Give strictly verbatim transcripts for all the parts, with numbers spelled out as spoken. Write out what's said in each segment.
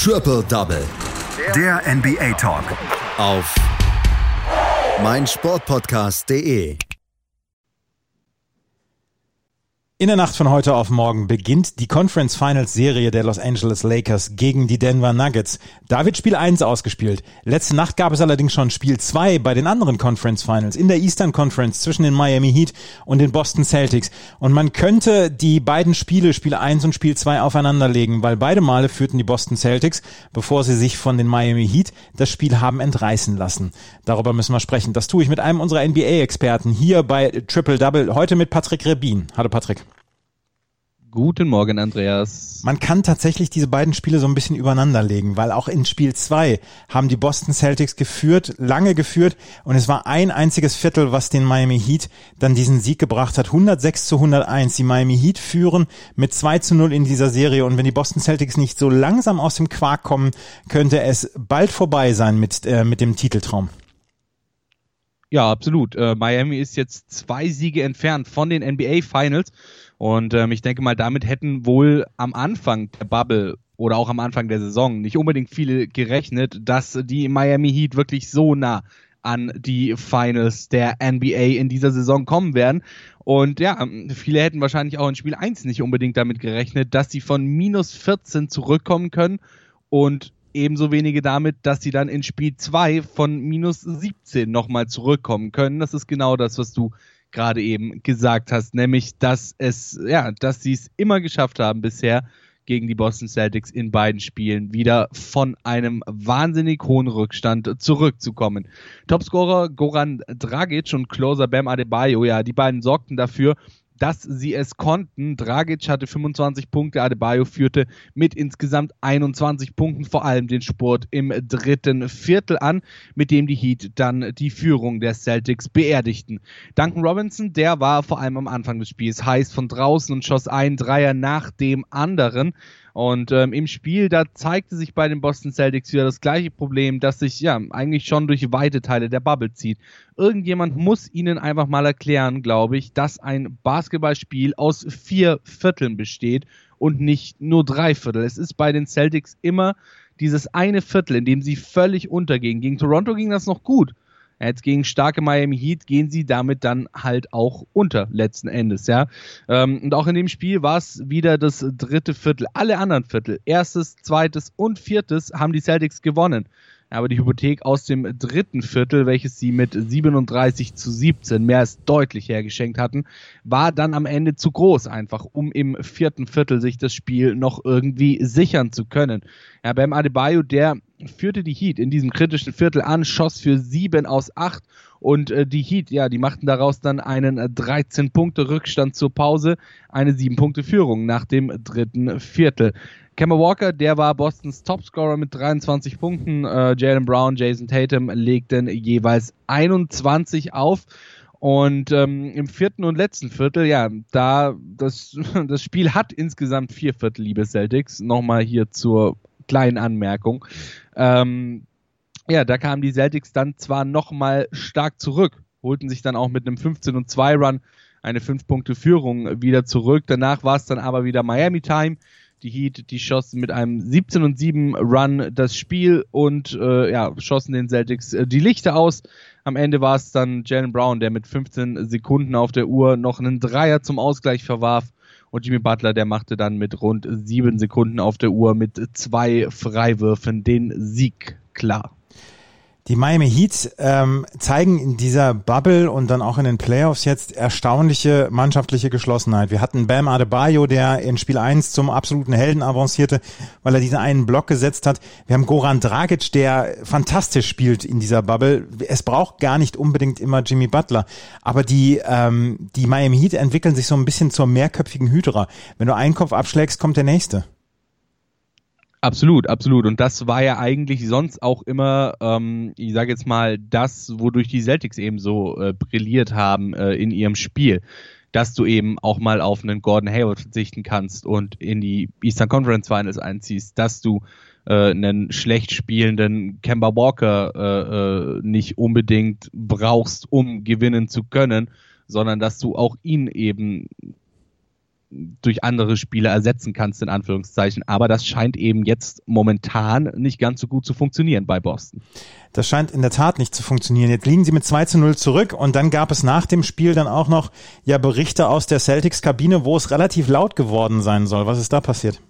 Triple Double. Der N B A Talk. Auf meinsportpodcast punkt de. In der Nacht von heute auf morgen beginnt die Conference Finals Serie der Los Angeles Lakers gegen die Denver Nuggets. Da wird Spiel eins ausgespielt. Letzte Nacht gab es allerdings schon Spiel zwei bei den anderen Conference Finals in der Eastern Conference zwischen den Miami Heat und den Boston Celtics. Und man könnte die beiden Spiele, Spiel eins und Spiel zwei, aufeinanderlegen, weil beide Male führten die Boston Celtics, bevor sie sich von den Miami Heat das Spiel haben entreißen lassen. Darüber müssen wir sprechen. Das tue ich mit einem unserer N B A-Experten hier bei Triple Double, heute mit Patrick Rebin. Hallo Patrick. Guten Morgen, Andreas. Man kann tatsächlich diese beiden Spiele so ein bisschen übereinander legen, weil auch in Spiel zwei haben die Boston Celtics geführt, lange geführt, und es war ein einziges Viertel, was den Miami Heat dann diesen Sieg gebracht hat. hundertsechs zu hunderteins. Die Miami Heat führen mit zwei zu null in dieser Serie, und wenn die Boston Celtics nicht so langsam aus dem Quark kommen, könnte es bald vorbei sein mit, äh, mit dem Titeltraum. Ja, absolut. Äh, Miami ist jetzt zwei Siege entfernt von den N B A Finals. Und ähm, ich denke mal, damit hätten wohl am Anfang der Bubble oder auch am Anfang der Saison nicht unbedingt viele gerechnet, dass die Miami Heat wirklich so nah an die Finals der N B A in dieser Saison kommen werden. Und ja, viele hätten wahrscheinlich auch in Spiel eins nicht unbedingt damit gerechnet, dass sie von minus vierzehn zurückkommen können, und ebenso wenige damit, dass sie dann in Spiel zwei von minus siebzehn nochmal zurückkommen können. Das ist genau das, was du gerade eben gesagt hast, nämlich, dass es, ja, dass sie es immer geschafft haben bisher gegen die Boston Celtics in beiden Spielen wieder von einem wahnsinnig hohen Rückstand zurückzukommen. Topscorer Goran Dragic und Closer Bam Adebayo, ja, die beiden sorgten dafür, dass sie es konnten. Dragic hatte fünfundzwanzig Punkte, Adebayo führte mit insgesamt einundzwanzig Punkten vor allem den Spurt im dritten Viertel an, mit dem die Heat dann die Führung der Celtics beerdigten. Duncan Robinson, der war vor allem am Anfang des Spiels heiß von draußen und schoss einen Dreier nach dem anderen. Und ähm, im Spiel, da zeigte sich bei den Boston Celtics wieder das gleiche Problem, das sich ja eigentlich schon durch weite Teile der Bubble zieht. Irgendjemand muss ihnen einfach mal erklären, glaube ich, dass ein Basketballspiel aus vier Vierteln besteht und nicht nur drei Viertel. Es ist bei den Celtics immer dieses eine Viertel, in dem sie völlig untergehen. Gegen Toronto ging das noch gut. Jetzt gegen starke Miami Heat gehen sie damit dann halt auch unter, letzten Endes, ja. Und auch in dem Spiel war es wieder das dritte Viertel. Alle anderen Viertel, erstes, zweites und viertes, haben die Celtics gewonnen. Aber die Hypothek aus dem dritten Viertel, welches sie mit siebenunddreißig zu siebzehn mehr als deutlich hergeschenkt hatten, war dann am Ende zu groß einfach, um im vierten Viertel sich das Spiel noch irgendwie sichern zu können. Ja, Bam Adebayo, der führte die Heat in diesem kritischen Viertel an, schoss für sieben aus acht, und äh, die Heat, ja, die machten daraus dann einen äh, dreizehn Punkte Rückstand zur Pause, eine sieben Punkte Führung nach dem dritten Viertel. Kemba Walker, der war Bostons Topscorer mit dreiundzwanzig Punkten, äh, Jaylen Brown, Jason Tatum legten jeweils einundzwanzig auf. Und ähm, im vierten und letzten Viertel, ja, da das, das Spiel hat insgesamt vier Viertel, liebe Celtics, nochmal hier zur kleinen Anmerkung. Ähm, ja, da kamen die Celtics dann zwar nochmal stark zurück, holten sich dann auch mit einem fünfzehn zu zwei Run eine fünf Punkte Führung wieder zurück. Danach war es dann aber wieder Miami-Time. Die Heat, die schossen mit einem siebzehn zu sieben Run das Spiel und äh, ja, schossen den Celtics äh, die Lichter aus. Am Ende war es dann Jaylen Brown, der mit fünfzehn Sekunden auf der Uhr noch einen Dreier zum Ausgleich verwarf. Und Jimmy Butler, der machte dann mit rund sieben Sekunden auf der Uhr mit zwei Freiwürfen den Sieg klar. Die Miami Heat ähm, zeigen in dieser Bubble und dann auch in den Playoffs jetzt erstaunliche mannschaftliche Geschlossenheit. Wir hatten Bam Adebayo, der in Spiel eins zum absoluten Helden avancierte, weil er diesen einen Block gesetzt hat. Wir haben Goran Dragic, der fantastisch spielt in dieser Bubble. Es braucht gar nicht unbedingt immer Jimmy Butler. Aber die ähm, die Miami Heat entwickeln sich so ein bisschen zur mehrköpfigen Hydra. Wenn du einen Kopf abschlägst, kommt der nächste. Absolut, absolut. Und das war ja eigentlich sonst auch immer, ähm, ich sage jetzt mal, das, wodurch die Celtics eben so äh, brilliert haben äh, in ihrem Spiel. Dass du eben auch mal auf einen Gordon Hayward verzichten kannst und in die Eastern Conference Finals einziehst, dass du äh, einen schlecht spielenden Kemba Walker äh, äh, nicht unbedingt brauchst, um gewinnen zu können, sondern dass du auch ihn eben durch andere Spieler ersetzen kannst, in Anführungszeichen. Aber das scheint eben jetzt momentan nicht ganz so gut zu funktionieren bei Boston. Das scheint in der Tat nicht zu funktionieren. Jetzt liegen sie mit zwei zu null zurück und dann gab es nach dem Spiel dann auch noch ja Berichte aus der Celtics-Kabine, wo es relativ laut geworden sein soll. Was ist da passiert?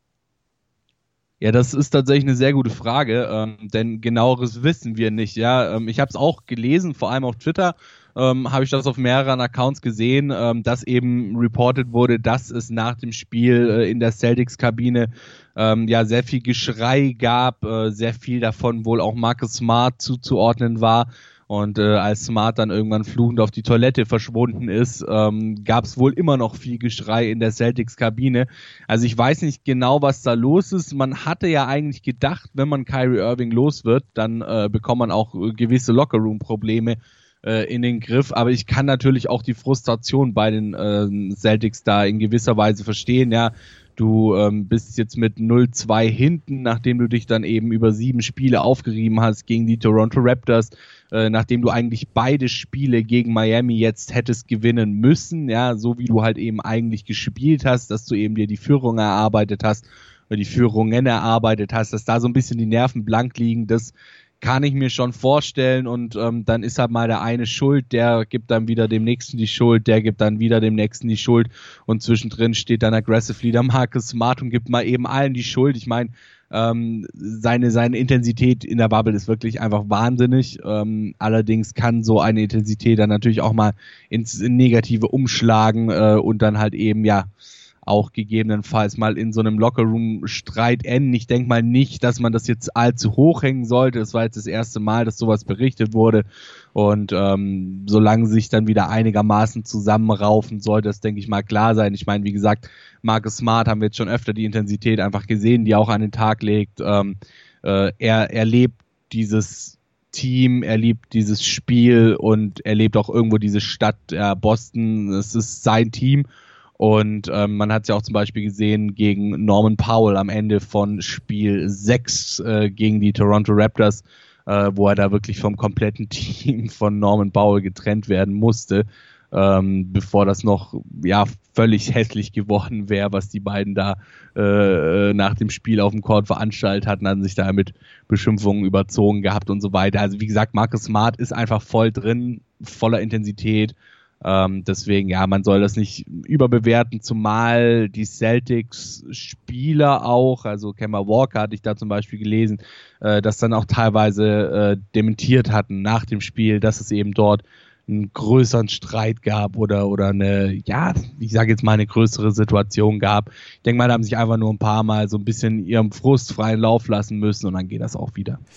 Ja, das ist tatsächlich eine sehr gute Frage, ähm, denn genaueres wissen wir nicht. Ja, ähm, ich habe es auch gelesen, vor allem auf Twitter ähm, habe ich das auf mehreren Accounts gesehen, ähm, dass eben reported wurde, dass es nach dem Spiel äh, in der Celtics-Kabine ähm, ja sehr viel Geschrei gab, äh, sehr viel davon wohl auch Marcus Smart zuzuordnen war. Und äh, als Smart dann irgendwann fluchend auf die Toilette verschwunden ist, ähm, gab es wohl immer noch viel Geschrei in der Celtics-Kabine. Also ich weiß nicht genau, was da los ist. Man hatte ja eigentlich gedacht, wenn man Kyrie Irving los wird, dann äh, bekommt man auch äh, gewisse Lockerroom-Probleme äh, in den Griff. Aber ich kann natürlich auch die Frustration bei den äh, Celtics da in gewisser Weise verstehen. Ja, du ähm, bist jetzt mit null zwei hinten, nachdem du dich dann eben über sieben Spiele aufgerieben hast gegen die Toronto Raptors, äh, nachdem du eigentlich beide Spiele gegen Miami jetzt hättest gewinnen müssen, ja, so wie du halt eben eigentlich gespielt hast, dass du eben dir die Führung erarbeitet hast, oder die Führungen erarbeitet hast, dass da so ein bisschen die Nerven blank liegen, das kann ich mir schon vorstellen und ähm, dann ist halt mal der eine schuld, der gibt dann wieder dem Nächsten die Schuld, der gibt dann wieder dem Nächsten die Schuld und zwischendrin steht dann aggressively der Marcus Smart und gibt mal eben allen die Schuld. Ich meine, ähm, seine, seine Intensität in der Bubble ist wirklich einfach wahnsinnig. Ähm, allerdings kann so eine Intensität dann natürlich auch mal ins Negative umschlagen äh, und dann halt eben, ja, auch gegebenenfalls mal in so einem Lockerroom-Streit enden. Ich denke mal nicht, dass man das jetzt allzu hoch hängen sollte. Das war jetzt das erste Mal, dass sowas berichtet wurde. Und ähm, solange sich dann wieder einigermaßen zusammenraufen, sollte das, denke ich mal, klar sein. Ich meine, wie gesagt, Marcus Smart haben wir jetzt schon öfter die Intensität einfach gesehen, die er auch an den Tag legt. Ähm, äh, er, er lebt dieses Team, er liebt dieses Spiel und er lebt auch irgendwo diese Stadt äh, Boston. Es ist sein Team. Und ähm, man hat es ja auch zum Beispiel gesehen gegen Norman Powell am Ende von Spiel sechs äh, gegen die Toronto Raptors, äh, wo er da wirklich vom kompletten Team von Norman Powell getrennt werden musste, ähm, bevor das noch ja völlig hässlich geworden wäre, was die beiden da äh, nach dem Spiel auf dem Court veranstaltet hatten, hatten sich da mit Beschimpfungen überzogen gehabt und so weiter. Also wie gesagt, Marcus Smart ist einfach voll drin, voller Intensität. Ähm, deswegen, ja, man soll das nicht überbewerten, zumal die Celtics-Spieler auch, also Kemba Walker hatte ich da zum Beispiel gelesen, äh, das dann auch teilweise äh, dementiert hatten nach dem Spiel, dass es eben dort einen größeren Streit gab oder oder eine, ja, ich sage jetzt mal eine größere Situation gab. Ich denke mal, da haben sich einfach nur ein paar Mal so ein bisschen ihrem Frust freien Lauf lassen müssen und dann geht das auch wieder.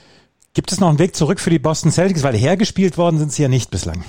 Gibt es noch einen Weg zurück für die Boston Celtics, weil hergespielt worden sind sie ja nicht bislang?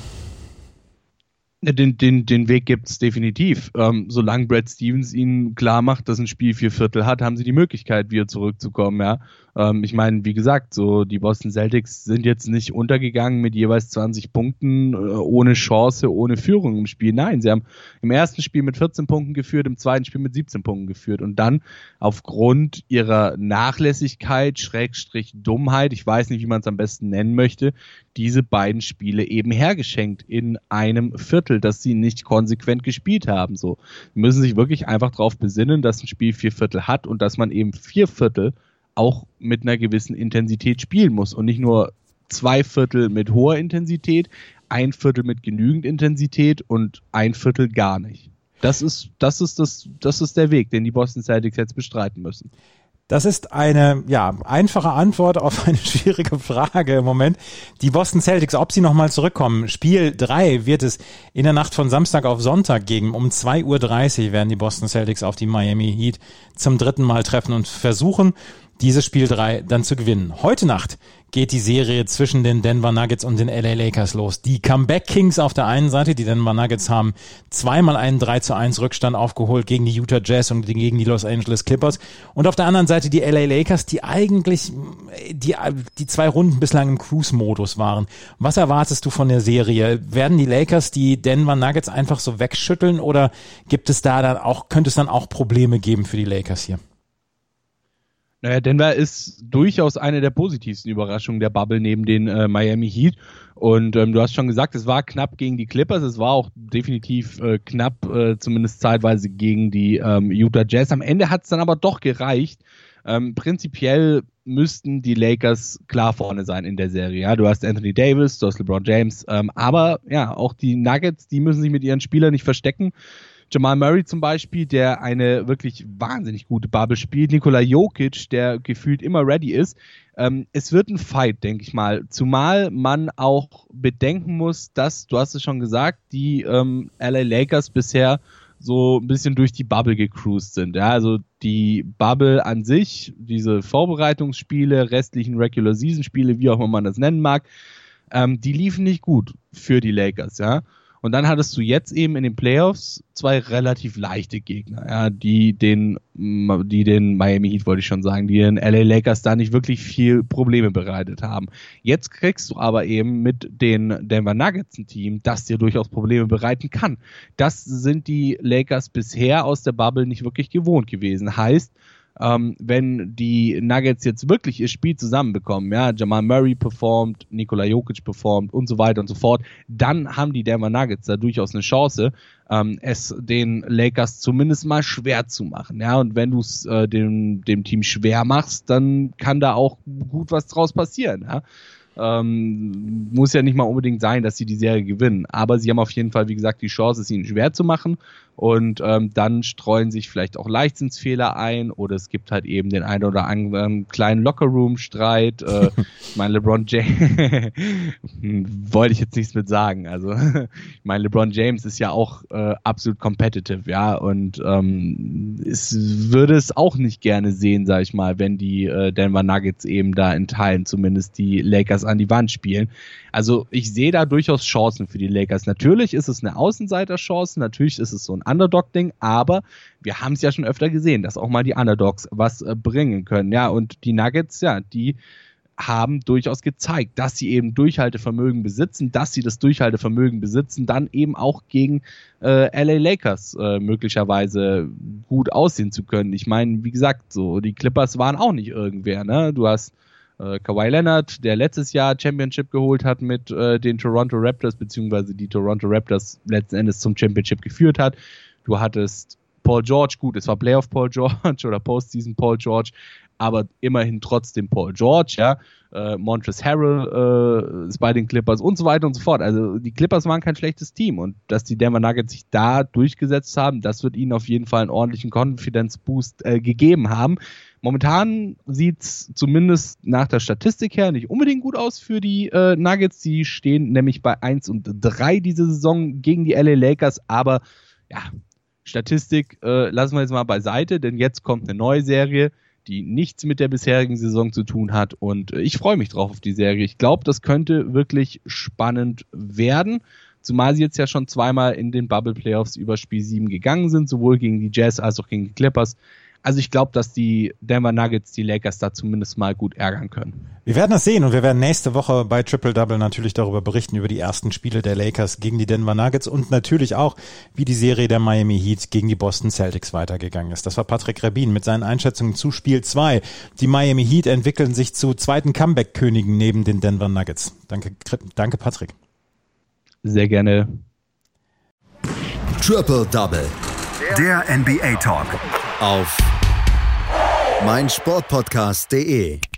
Den, den, den Weg gibt's definitiv. Ähm, solange Brad Stevens ihnen klar macht, dass ein Spiel vier Viertel hat, haben sie die Möglichkeit, wieder zurückzukommen. Ja, ähm, ich meine, wie gesagt, so die Boston Celtics sind jetzt nicht untergegangen mit jeweils zwanzig Punkten, äh, ohne Chance, ohne Führung im Spiel. Nein, sie haben im ersten Spiel mit vierzehn Punkten geführt, im zweiten Spiel mit siebzehn Punkten geführt und dann aufgrund ihrer Nachlässigkeit, Schrägstrich Dummheit, ich weiß nicht, wie man es am besten nennen möchte, diese beiden Spiele eben hergeschenkt in einem Viertel, dass sie nicht konsequent gespielt haben. So, sie müssen sich wirklich einfach darauf besinnen, dass ein Spiel vier Viertel hat und dass man eben vier Viertel auch mit einer gewissen Intensität spielen muss und nicht nur zwei Viertel mit hoher Intensität, ein Viertel mit genügend Intensität und ein Viertel gar nicht. Das ist, das ist das, das ist der Weg, den die Boston Celtics jetzt bestreiten müssen. Das ist eine ja einfache Antwort auf eine schwierige Frage im Moment. Die Boston Celtics, ob sie nochmal zurückkommen. Spiel drei wird es in der Nacht von Samstag auf Sonntag geben. Um zwei Uhr dreißig werden die Boston Celtics auf die Miami Heat zum dritten Mal treffen und versuchen, dieses Spiel drei dann zu gewinnen. Heute Nacht geht die Serie zwischen den Denver Nuggets und den L A Lakers los. Die Comeback Kings auf der einen Seite, die Denver Nuggets haben zweimal einen drei zu eins Rückstand aufgeholt gegen die Utah Jazz und gegen die Los Angeles Clippers. Und auf der anderen Seite die L A Lakers, die eigentlich die, die zwei Runden bislang im Cruise-Modus waren. Was erwartest du von der Serie? Werden die Lakers die Denver Nuggets einfach so wegschütteln oder gibt es da dann auch, könnte es dann auch Probleme geben für die Lakers hier? Naja, Denver ist durchaus eine der positivsten Überraschungen der Bubble neben den äh, Miami Heat. Und ähm, du hast schon gesagt, es war knapp gegen die Clippers, es war auch definitiv äh, knapp, äh, zumindest zeitweise gegen die ähm, Utah Jazz. Am Ende hat es dann aber doch gereicht. Ähm, prinzipiell müssten die Lakers klar vorne sein in der Serie. Ja, du hast Anthony Davis, du hast LeBron James, ähm, aber ja, auch die Nuggets, die müssen sich mit ihren Spielern nicht verstecken. Jamal Murray zum Beispiel, der eine wirklich wahnsinnig gute Bubble spielt. Nikola Jokic, der gefühlt immer ready ist. Ähm, es wird ein Fight, denke ich mal. Zumal man auch bedenken muss, dass, du hast es schon gesagt, die ähm, L A Lakers bisher so ein bisschen durch die Bubble gecruised sind. Ja, also die Bubble an sich, diese Vorbereitungsspiele, restlichen Regular-Season-Spiele, wie auch immer man das nennen mag, ähm, die liefen nicht gut für die Lakers, ja. Und dann hattest du jetzt eben in den Playoffs zwei relativ leichte Gegner, ja, die den, die den Miami Heat, wollte ich schon sagen, die den L A Lakers da nicht wirklich viel Probleme bereitet haben. Jetzt kriegst du aber eben mit den Denver Nuggets ein Team, das dir durchaus Probleme bereiten kann. Das sind die Lakers bisher aus der Bubble nicht wirklich gewohnt gewesen. Heißt, Ähm, wenn die Nuggets jetzt wirklich ihr Spiel zusammenbekommen, ja, Jamal Murray performt, Nikola Jokic performt und so weiter und so fort, dann haben die Denver Nuggets da durchaus eine Chance, ähm, es den Lakers zumindest mal schwer zu machen, ja, und wenn du es äh, dem, dem Team schwer machst, dann kann da auch gut was draus passieren, ja. Ähm, muss ja nicht mal unbedingt sein, dass sie die Serie gewinnen, aber sie haben auf jeden Fall, wie gesagt, die Chance, es ihnen schwer zu machen, und ähm, dann streuen sich vielleicht auch Leichtsinnsfehler ein, oder es gibt halt eben den einen oder anderen kleinen Lockerroom-Streit. Äh, ich meine, LeBron James wollte ich jetzt nichts mit sagen, also ich meine, LeBron James ist ja auch äh, absolut competitive, ja, und ähm, es würde es auch nicht gerne sehen, sag ich mal, wenn die äh, Denver Nuggets eben da in Teilen zumindest die Lakers an die Wand spielen. Also ich sehe da durchaus Chancen für die Lakers. Natürlich ist es eine Außenseiterchance, natürlich ist es so ein Underdog-Ding, aber wir haben es ja schon öfter gesehen, dass auch mal die Underdogs was äh, bringen können. Ja, und die Nuggets, ja, die haben durchaus gezeigt, dass sie eben Durchhaltevermögen besitzen, dass sie das Durchhaltevermögen besitzen, dann eben auch gegen äh, L A Lakers äh, möglicherweise gut aussehen zu können. Ich meine, wie gesagt, so die Clippers waren auch nicht irgendwer, ne? Du hast äh, Kawhi Leonard, der letztes Jahr Championship geholt hat mit äh, den Toronto Raptors, beziehungsweise die Toronto Raptors letzten Endes zum Championship geführt hat. Du hattest Paul George, gut, es war Playoff Paul George oder Postseason Paul George, aber immerhin trotzdem Paul George, ja, äh, Montrezl Harrell äh, ist bei den Clippers und so weiter und so fort. Also die Clippers waren kein schlechtes Team, und dass die Denver Nuggets sich da durchgesetzt haben, das wird ihnen auf jeden Fall einen ordentlichen Confidence-Boost äh, gegeben haben. Momentan sieht's zumindest nach der Statistik her nicht unbedingt gut aus für die äh, Nuggets. Die stehen nämlich bei eins und drei diese Saison gegen die L A Lakers, aber ja, Statistik äh, lassen wir jetzt mal beiseite, denn jetzt kommt eine neue Serie, die nichts mit der bisherigen Saison zu tun hat, und ich freue mich drauf auf die Serie. Ich glaube, das könnte wirklich spannend werden, zumal sie jetzt ja schon zweimal in den Bubble Playoffs über Spiel sieben gegangen sind, sowohl gegen die Jazz als auch gegen die Clippers. Also ich glaube, dass die Denver Nuggets die Lakers da zumindest mal gut ärgern können. Wir werden das sehen, und wir werden nächste Woche bei Triple Double natürlich darüber berichten, über die ersten Spiele der Lakers gegen die Denver Nuggets und natürlich auch, wie die Serie der Miami Heat gegen die Boston Celtics weitergegangen ist. Das war Patrick Rebin mit seinen Einschätzungen zu Spiel zwei. Die Miami Heat entwickeln sich zu zweiten Comeback-Königen neben den Denver Nuggets. Danke, danke Patrick. Sehr gerne. Triple Double. Der N B A Talk. Auf meinsportpodcast punkt de